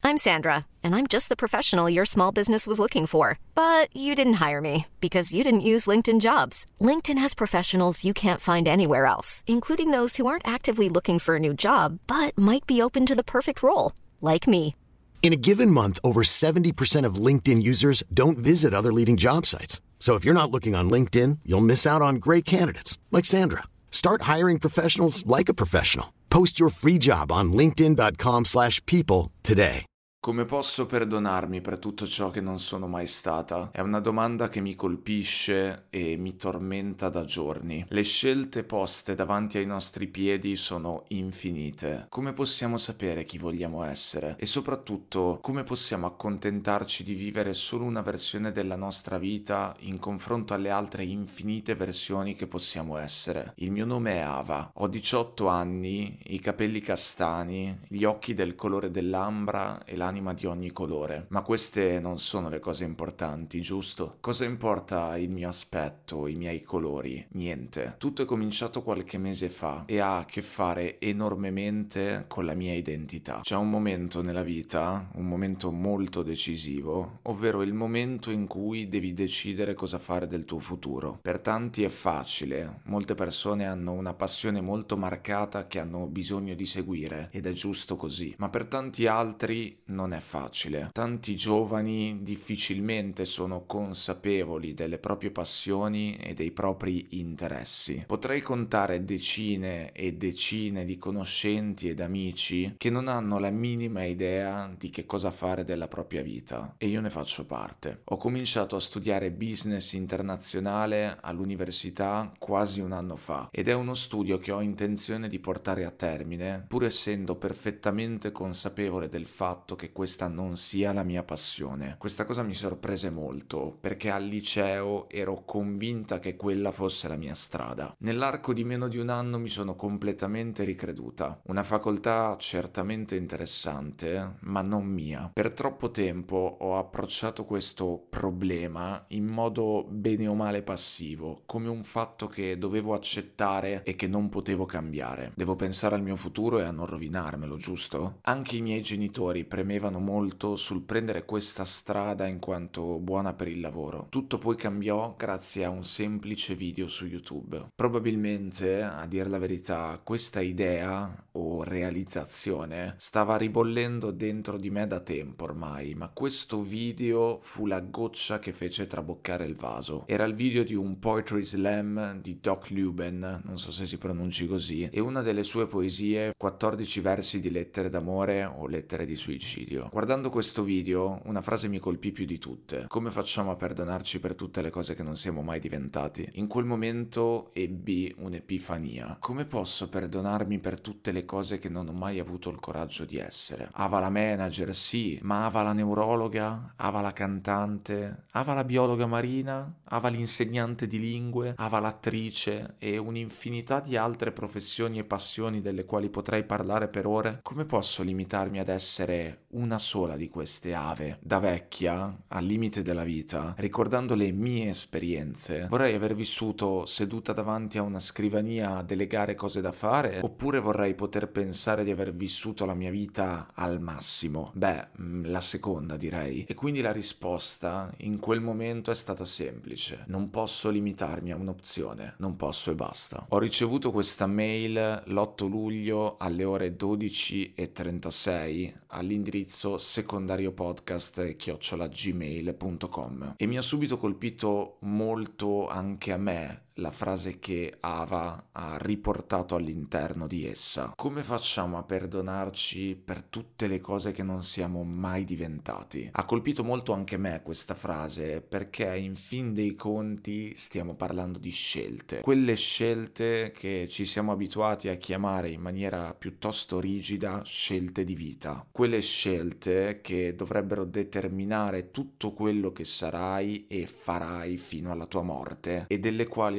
I'm Sandra, and I'm just the professional your small business was looking for. But you didn't hire me because you didn't use LinkedIn Jobs. LinkedIn has professionals you can't find anywhere else, including those who aren't actively looking for a new job, but might be open to the perfect role, like me. In a given month, over 70% of LinkedIn users don't visit other leading job sites. So if you're not looking on LinkedIn, you'll miss out on great candidates like Sandra. Start hiring professionals like a professional. Post your free job on linkedin.com/people today. Come posso perdonarmi per tutto ciò che non sono mai stata? È una domanda che mi colpisce e mi tormenta da giorni. Le scelte poste davanti ai nostri piedi sono infinite. Come possiamo sapere chi vogliamo essere? E soprattutto, come possiamo accontentarci di vivere solo una versione della nostra vita in confronto alle altre infinite versioni che possiamo essere? Il mio nome è Ava, ho 18 anni, i capelli castani, gli occhi del colore dell'ambra e l'anima di ogni colore, ma queste non sono le cose importanti, giusto? Cosa importa il mio aspetto, i miei colori? Niente. Tutto è cominciato qualche mese fa e ha a che fare enormemente con la mia identità. C'è un momento nella vita, un momento molto decisivo, ovvero il momento in cui devi decidere cosa fare del tuo futuro. Per tanti è facile, molte persone hanno una passione molto marcata che hanno bisogno di seguire ed è giusto così, ma per tanti altri non è facile. Tanti giovani difficilmente sono consapevoli delle proprie passioni e dei propri interessi. Potrei contare decine e decine di conoscenti ed amici che non hanno la minima idea di che cosa fare della propria vita, e io ne faccio parte. Ho cominciato a studiare business internazionale all'università quasi un anno fa ed è uno studio che ho intenzione di portare a termine, pur essendo perfettamente consapevole del fatto che questa non sia la mia passione. Questa cosa mi sorprese molto, perché al liceo ero convinta che quella fosse la mia strada. Nell'arco di meno di un anno mi sono completamente ricreduta. Una facoltà certamente interessante, ma non mia. Per troppo tempo ho approcciato questo problema in modo bene o male passivo, come un fatto che dovevo accettare e che non potevo cambiare. Devo pensare al mio futuro e a non rovinarmelo, giusto? Anche i miei genitori premevano molto sul prendere questa strada in quanto buona per il lavoro. Tutto poi cambiò grazie a un semplice video su YouTube. Probabilmente, a dir la verità, questa idea o realizzazione stava ribollendo dentro di me da tempo ormai, ma questo video fu la goccia che fece traboccare il vaso. Era il video di un poetry slam di Doc Luben, non so se si pronunci così, e una delle sue poesie, 14 versi di lettere d'amore o lettere di suicidio. Guardando questo video, una frase mi colpì più di tutte. Come facciamo a perdonarci per tutte le cose che non siamo mai diventati? In quel momento ebbi un'epifania. Come posso perdonarmi per tutte le cose che non ho mai avuto il coraggio di essere? Ava la manager, sì, ma Ava la neurologa, Ava la cantante, Ava la biologa marina, Ava l'insegnante di lingue, Ava l'attrice e un'infinità di altre professioni e passioni delle quali potrei parlare per ore. Come posso limitarmi ad essere una sola di queste Ave? Da vecchia, al limite della vita, ricordando le mie esperienze, vorrei aver vissuto seduta davanti a una scrivania a delegare cose da fare, oppure vorrei poter pensare di aver vissuto la mia vita al massimo? Beh, la seconda direi. E quindi la risposta in quel momento è stata semplice. Non posso limitarmi a un'opzione, non posso e basta. Ho ricevuto questa mail l'8 luglio alle ore 12:36 all'indirizzo secondariopodcast@gmail.com e mi ha subito colpito molto anche a me la frase che Ava ha riportato all'interno di essa. Come facciamo a perdonarci per tutte le cose che non siamo mai diventati? Ha colpito molto anche me questa frase, perché in fin dei conti stiamo parlando di scelte. Quelle scelte che ci siamo abituati a chiamare in maniera piuttosto rigida scelte di vita. Quelle scelte che dovrebbero determinare tutto quello che sarai e farai fino alla tua morte, e delle quali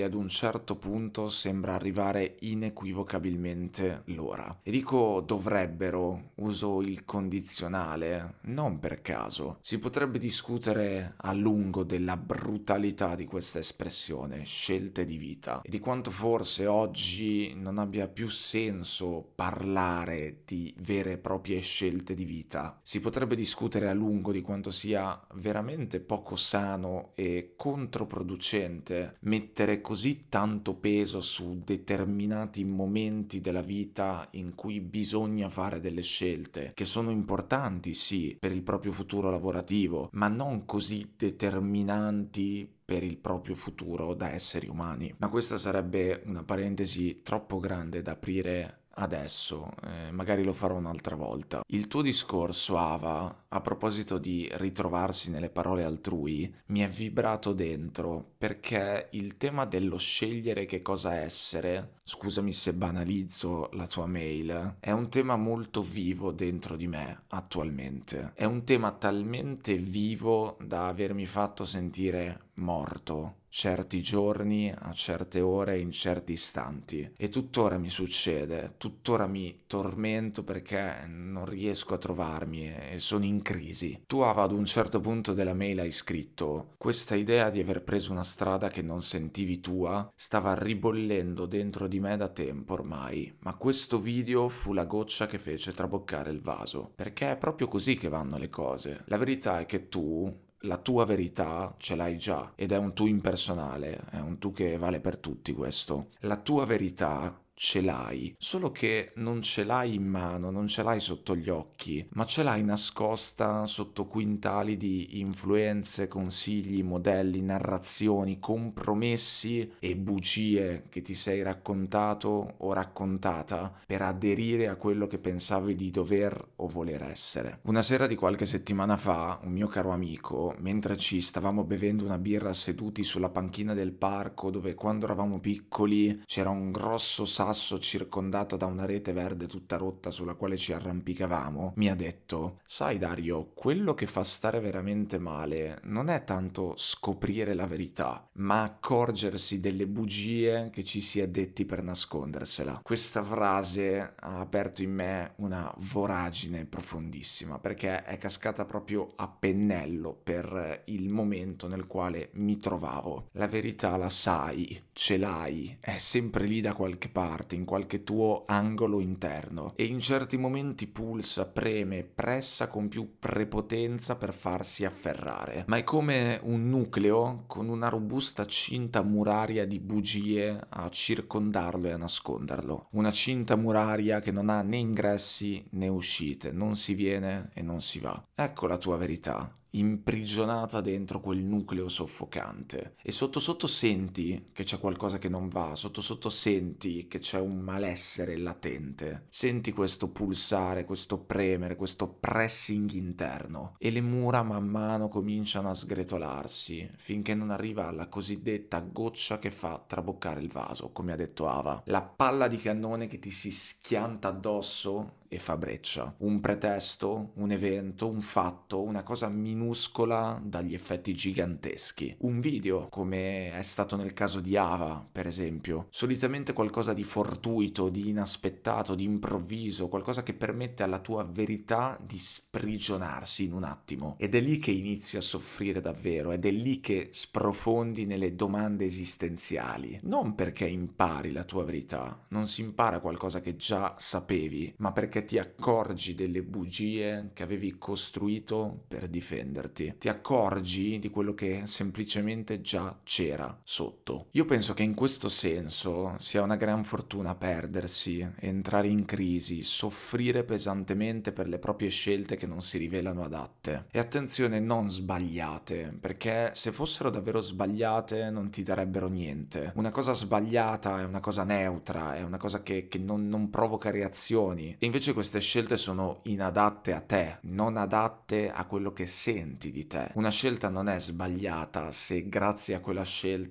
ad un certo punto sembra arrivare inequivocabilmente l'ora. E dico dovrebbero, uso il condizionale, non per caso. Si potrebbe discutere a lungo della brutalità di questa espressione, scelte di vita, e di quanto forse oggi non abbia più senso parlare di vere e proprie scelte di vita. Si potrebbe discutere a lungo di quanto sia veramente poco sano e controproducente mettere così tanto peso su determinati momenti della vita in cui bisogna fare delle scelte che sono importanti, sì, per il proprio futuro lavorativo, ma non così determinanti per il proprio futuro da esseri umani. Ma questa sarebbe una parentesi troppo grande da aprire adesso, magari lo farò un'altra volta. Il tuo discorso, Ava, a proposito di ritrovarsi nelle parole altrui, mi è vibrato dentro, perché il tema dello scegliere che cosa essere, scusami se banalizzo la tua mail, è un tema molto vivo dentro di me attualmente. È un tema talmente vivo da avermi fatto sentire morto certi giorni, a certe ore, in certi istanti. E tuttora mi succede, tuttora mi tormento perché non riesco a trovarmi e sono in crisi. Tu, Ava, ad un certo punto della mail hai scritto: questa idea di aver preso una strada che non sentivi tua stava ribollendo dentro di me da tempo ormai, ma questo video fu la goccia che fece traboccare il vaso. Perché è proprio così che vanno le cose. La verità è che tu, la tua verità ce l'hai già, ed è un tu impersonale, è un tu che vale per tutti questo. La tua verità ce l'hai, solo che non ce l'hai in mano, non ce l'hai sotto gli occhi, ma ce l'hai nascosta sotto quintali di influenze, consigli, modelli, narrazioni, compromessi e bugie che ti sei raccontato o raccontata per aderire a quello che pensavi di dover o voler essere. Una sera di qualche settimana fa, un mio caro amico, mentre ci stavamo bevendo una birra seduti sulla panchina del parco dove quando eravamo piccoli c'era un grosso sasso circondato da una rete verde tutta rotta sulla quale ci arrampicavamo, mi ha detto: sai Dario, quello che fa stare veramente male non è tanto scoprire la verità, ma accorgersi delle bugie che ci si è detti per nascondersela. Questa frase ha aperto in me una voragine profondissima, perché è cascata proprio a pennello per il momento nel quale mi trovavo. La verità la sai, ce l'hai, è sempre lì da qualche parte, in qualche tuo angolo interno, e in certi momenti pulsa, preme, pressa con più prepotenza per farsi afferrare. Ma è come un nucleo con una robusta cinta muraria di bugie a circondarlo e a nasconderlo. Una cinta muraria che non ha né ingressi né uscite, non si viene e non si va. Ecco la tua verità, imprigionata dentro quel nucleo soffocante, e sotto sotto senti che c'è qualcosa che non va, sotto sotto senti che c'è un malessere latente, senti questo pulsare, questo premere, questo pressing interno, e le mura man mano cominciano a sgretolarsi finché non arriva alla cosiddetta goccia che fa traboccare il vaso, come ha detto Ava, la palla di cannone che ti si schianta addosso e fa breccia. Un pretesto, un evento, un fatto, una cosa minuscola dagli effetti giganteschi. Un video, come è stato nel caso di Ava, per esempio. Solitamente qualcosa di fortuito, di inaspettato, di improvviso, qualcosa che permette alla tua verità di sprigionarsi in un attimo. Ed è lì che inizi a soffrire davvero, ed è lì che sprofondi nelle domande esistenziali. Non perché impari la tua verità, non si impara qualcosa che già sapevi, ma perché ti accorgi delle bugie che avevi costruito per difenderti. Ti accorgi di quello che semplicemente già c'era sotto. Io penso che in questo senso sia una gran fortuna perdersi, entrare in crisi, soffrire pesantemente per le proprie scelte che non si rivelano adatte. E attenzione, non sbagliate, perché se fossero davvero sbagliate non ti darebbero niente. Una cosa sbagliata è una cosa neutra, è una cosa che non provoca reazioni, e invece queste scelte sono inadatte a te, non adatte a quello che senti di te. Una scelta non è sbagliata se grazie a quella scelta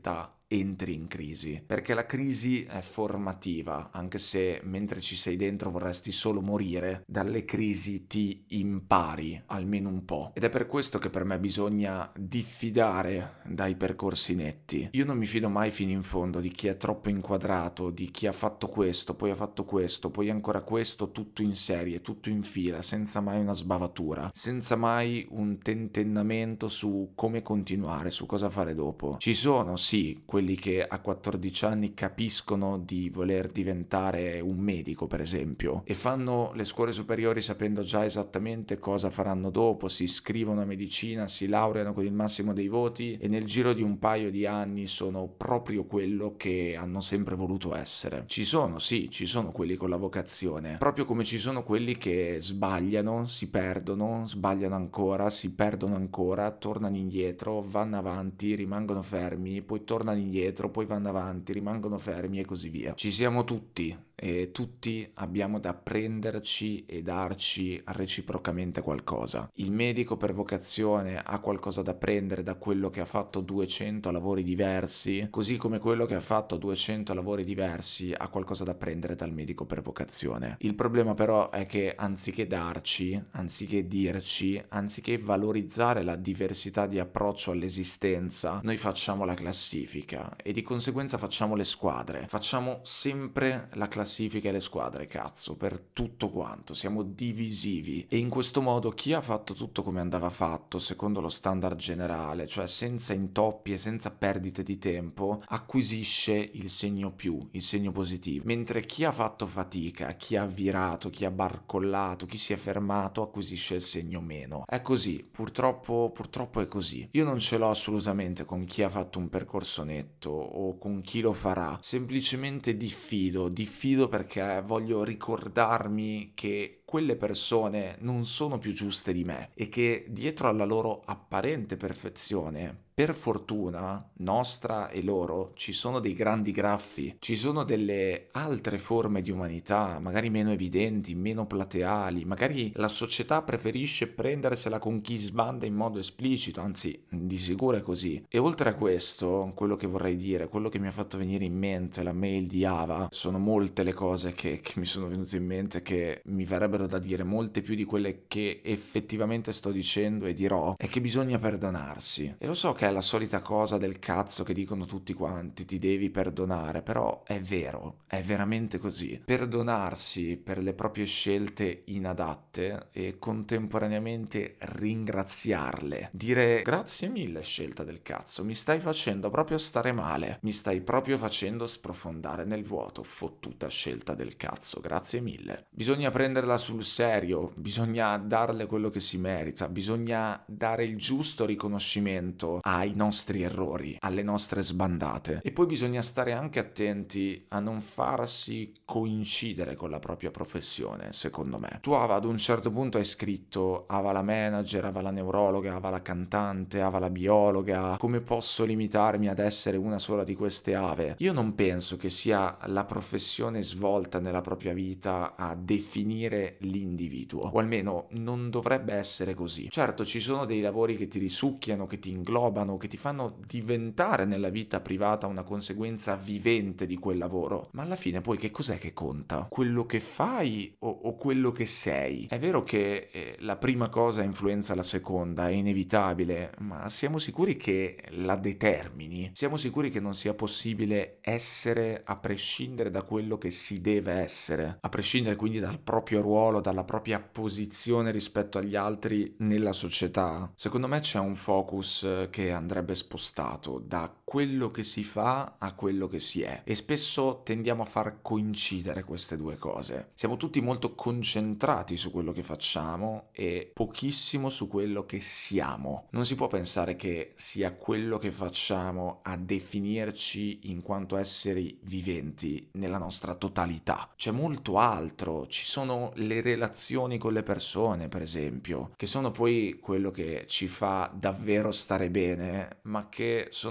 entri in crisi, perché la crisi è formativa, anche se mentre ci sei dentro vorresti solo morire, dalle crisi ti impari almeno un po'. Ed è per questo che per me bisogna diffidare dai percorsi netti. Io non mi fido mai fino in fondo di chi è troppo inquadrato, di chi ha fatto questo, poi ha fatto questo, poi ancora questo, tutto in serie, tutto in fila, senza mai una sbavatura, senza mai un tentennamento su come continuare, su cosa fare dopo. Ci sono, sì, quelli che a 14 anni capiscono di voler diventare un medico, per esempio, e fanno le scuole superiori sapendo già esattamente cosa faranno dopo, si iscrivono a medicina, si laureano con il massimo dei voti e nel giro di un paio di anni sono proprio quello che hanno sempre voluto essere. Ci sono, sì, ci sono quelli con la vocazione, proprio come ci sono quelli che sbagliano, si perdono, sbagliano ancora, si perdono ancora, tornano indietro, vanno avanti, rimangono fermi, poi tornano indietro, poi vanno avanti, rimangono fermi e così via. Ci siamo tutti e tutti abbiamo da prenderci e darci reciprocamente qualcosa. Il medico per vocazione ha qualcosa da prendere da quello che ha fatto 200 lavori diversi, così come quello che ha fatto 200 lavori diversi ha qualcosa da prendere dal medico per vocazione. Il problema però è che anziché darci, anziché dirci, anziché valorizzare la diversità di approccio all'esistenza, noi facciamo la classifica e di conseguenza facciamo le squadre. Facciamo sempre la classifica e le squadre, cazzo, per tutto quanto. Siamo divisivi e in questo modo chi ha fatto tutto come andava fatto, secondo lo standard generale, cioè senza intoppi e senza perdite di tempo, acquisisce il segno più, il segno positivo, mentre chi ha fatto fatica, chi ha virato, chi ha barcollato, chi si è fermato, acquisisce il segno meno. È così, purtroppo è così. Io non ce l'ho assolutamente con chi ha fatto un percorso netto o con chi lo farà, semplicemente diffido perché voglio ricordarmi che quelle persone non sono più giuste di me e che dietro alla loro apparente perfezione, per fortuna nostra e loro, ci sono dei grandi graffi, ci sono delle altre forme di umanità, magari meno evidenti, meno plateali, magari la società preferisce prendersela con chi sbanda in modo esplicito, anzi di sicuro è così. E oltre a questo, quello che vorrei dire, quello che mi ha fatto venire in mente la mail di Ava, sono molte le cose che mi sono venute in mente, che mi verrebbero da dire, molte più di quelle che effettivamente sto dicendo e dirò, è che bisogna perdonarsi. E lo so che è la solita cosa del cazzo che dicono tutti quanti, ti devi perdonare, però è vero, è veramente così. Perdonarsi per le proprie scelte inadatte e contemporaneamente ringraziarle, dire grazie mille scelta del cazzo, mi stai facendo proprio stare male, mi stai proprio facendo sprofondare nel vuoto, fottuta scelta del cazzo, grazie mille. Bisogna prenderla sul serio, bisogna darle quello che si merita, bisogna dare il giusto riconoscimento ai nostri errori, alle nostre sbandate, e poi bisogna stare anche attenti a non farsi coincidere con la propria professione, secondo me. Tu, Ava, ad un certo punto hai scritto Ava la manager, Ava la neurologa, Ava la cantante, Ava la biologa, come posso limitarmi ad essere una sola di queste Ave? Io non penso che sia la professione svolta nella propria vita a definire l'individuo, o almeno non dovrebbe essere così. Certo, ci sono dei lavori che ti risucchiano, che ti inglobano, che ti fanno diventare nella vita privata una conseguenza vivente di quel lavoro, ma alla fine poi che cos'è che conta? Quello che fai o quello che sei? È vero che la prima cosa influenza la seconda, è inevitabile, ma siamo sicuri che la determini? Siamo sicuri che non sia possibile essere a prescindere da quello che si deve essere, a prescindere quindi dal proprio ruolo, dalla propria posizione rispetto agli altri nella società? Secondo me c'è un focus che andrebbe spostato da quello che si fa a quello che si è, e spesso tendiamo a far coincidere queste due cose. Siamo tutti molto concentrati su quello che facciamo e pochissimo su quello che siamo. Non si può pensare che sia quello che facciamo a definirci in quanto esseri viventi nella nostra totalità. C'è molto altro, ci sono le relazioni con le persone, per esempio, che sono poi quello che ci fa davvero stare bene, ma che sono passate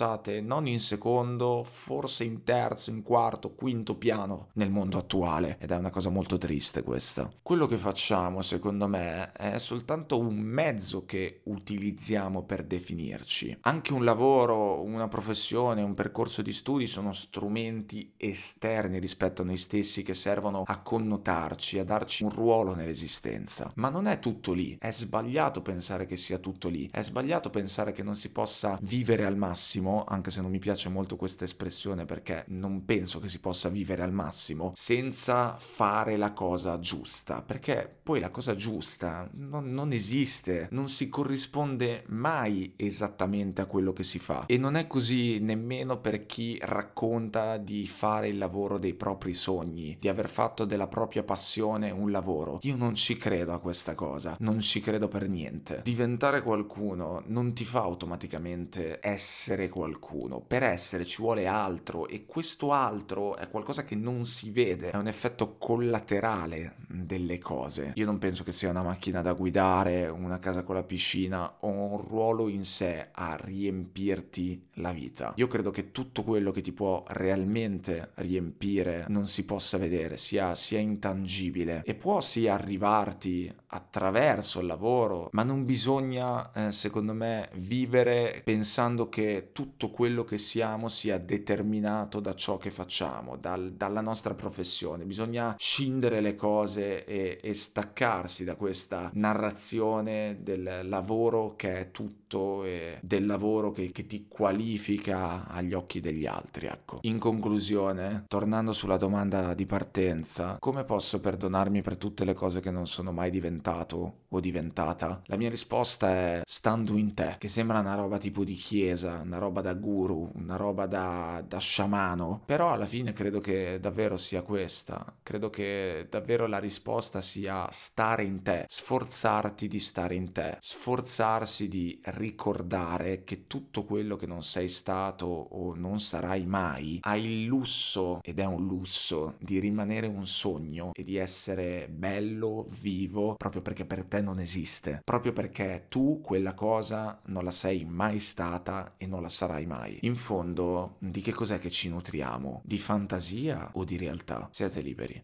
passate non in secondo, forse in terzo, in quarto, quinto piano nel mondo attuale, ed è una cosa molto triste questa. Quello che facciamo, secondo me, è soltanto un mezzo che utilizziamo per definirci. Anche un lavoro, una professione, un percorso di studi sono strumenti esterni rispetto a noi stessi che servono a connotarci, a darci un ruolo nell'esistenza. Ma non è tutto lì. È sbagliato pensare che sia tutto lì. È sbagliato pensare che non si possa vivere al massimo, anche se non mi piace molto questa espressione perché non penso che si possa vivere al massimo senza fare la cosa giusta, perché poi la cosa giusta non esiste, non si corrisponde mai esattamente a quello che si fa, e non è così nemmeno per chi racconta di fare il lavoro dei propri sogni, di aver fatto della propria passione un lavoro. Io non ci credo a questa cosa, non ci credo per niente. Diventare qualcuno non ti fa automaticamente essere qualcuno. Per essere ci vuole altro, e questo altro è qualcosa che non si vede, è un effetto collaterale delle cose. Io non penso che sia una macchina da guidare, una casa con la piscina o un ruolo in sé a riempirti la vita. Io credo che tutto quello che ti può realmente riempire non si possa vedere, sia intangibile, e può sì arrivarti attraverso il lavoro, ma non bisogna, secondo me, vivere pensando che tutto quello che siamo sia determinato da ciò che facciamo, dalla nostra professione. Bisogna scindere le cose e staccarsi da questa narrazione del lavoro che è tutto e del lavoro che ti qualifica agli occhi degli altri, ecco. In conclusione, tornando sulla domanda di partenza, come posso perdonarmi per tutte le cose che non sono mai diventato o diventata? La mia risposta è stando in te, che sembra una roba tipo di chiesa, una roba da guru, una roba da sciamano, però alla fine credo che davvero sia questa. Credo che davvero la risposta sia stare in te, sforzarti di stare in te, sforzarsi di ricordare che tutto quello che non sei stato o non sarai mai hai il lusso, ed è un lusso, di rimanere un sogno e di essere bello, vivo, proprio perché per te non esiste, proprio perché tu quella cosa non la sei mai stata e non la sarai mai. In fondo, di che cos'è che ci nutriamo? Di fantasia o di realtà? Siate liberi.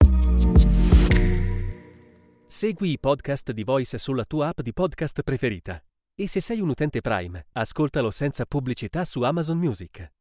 Segui i podcast di Voice sulla tua app di podcast preferita. E se sei un utente Prime, ascoltalo senza pubblicità su Amazon Music.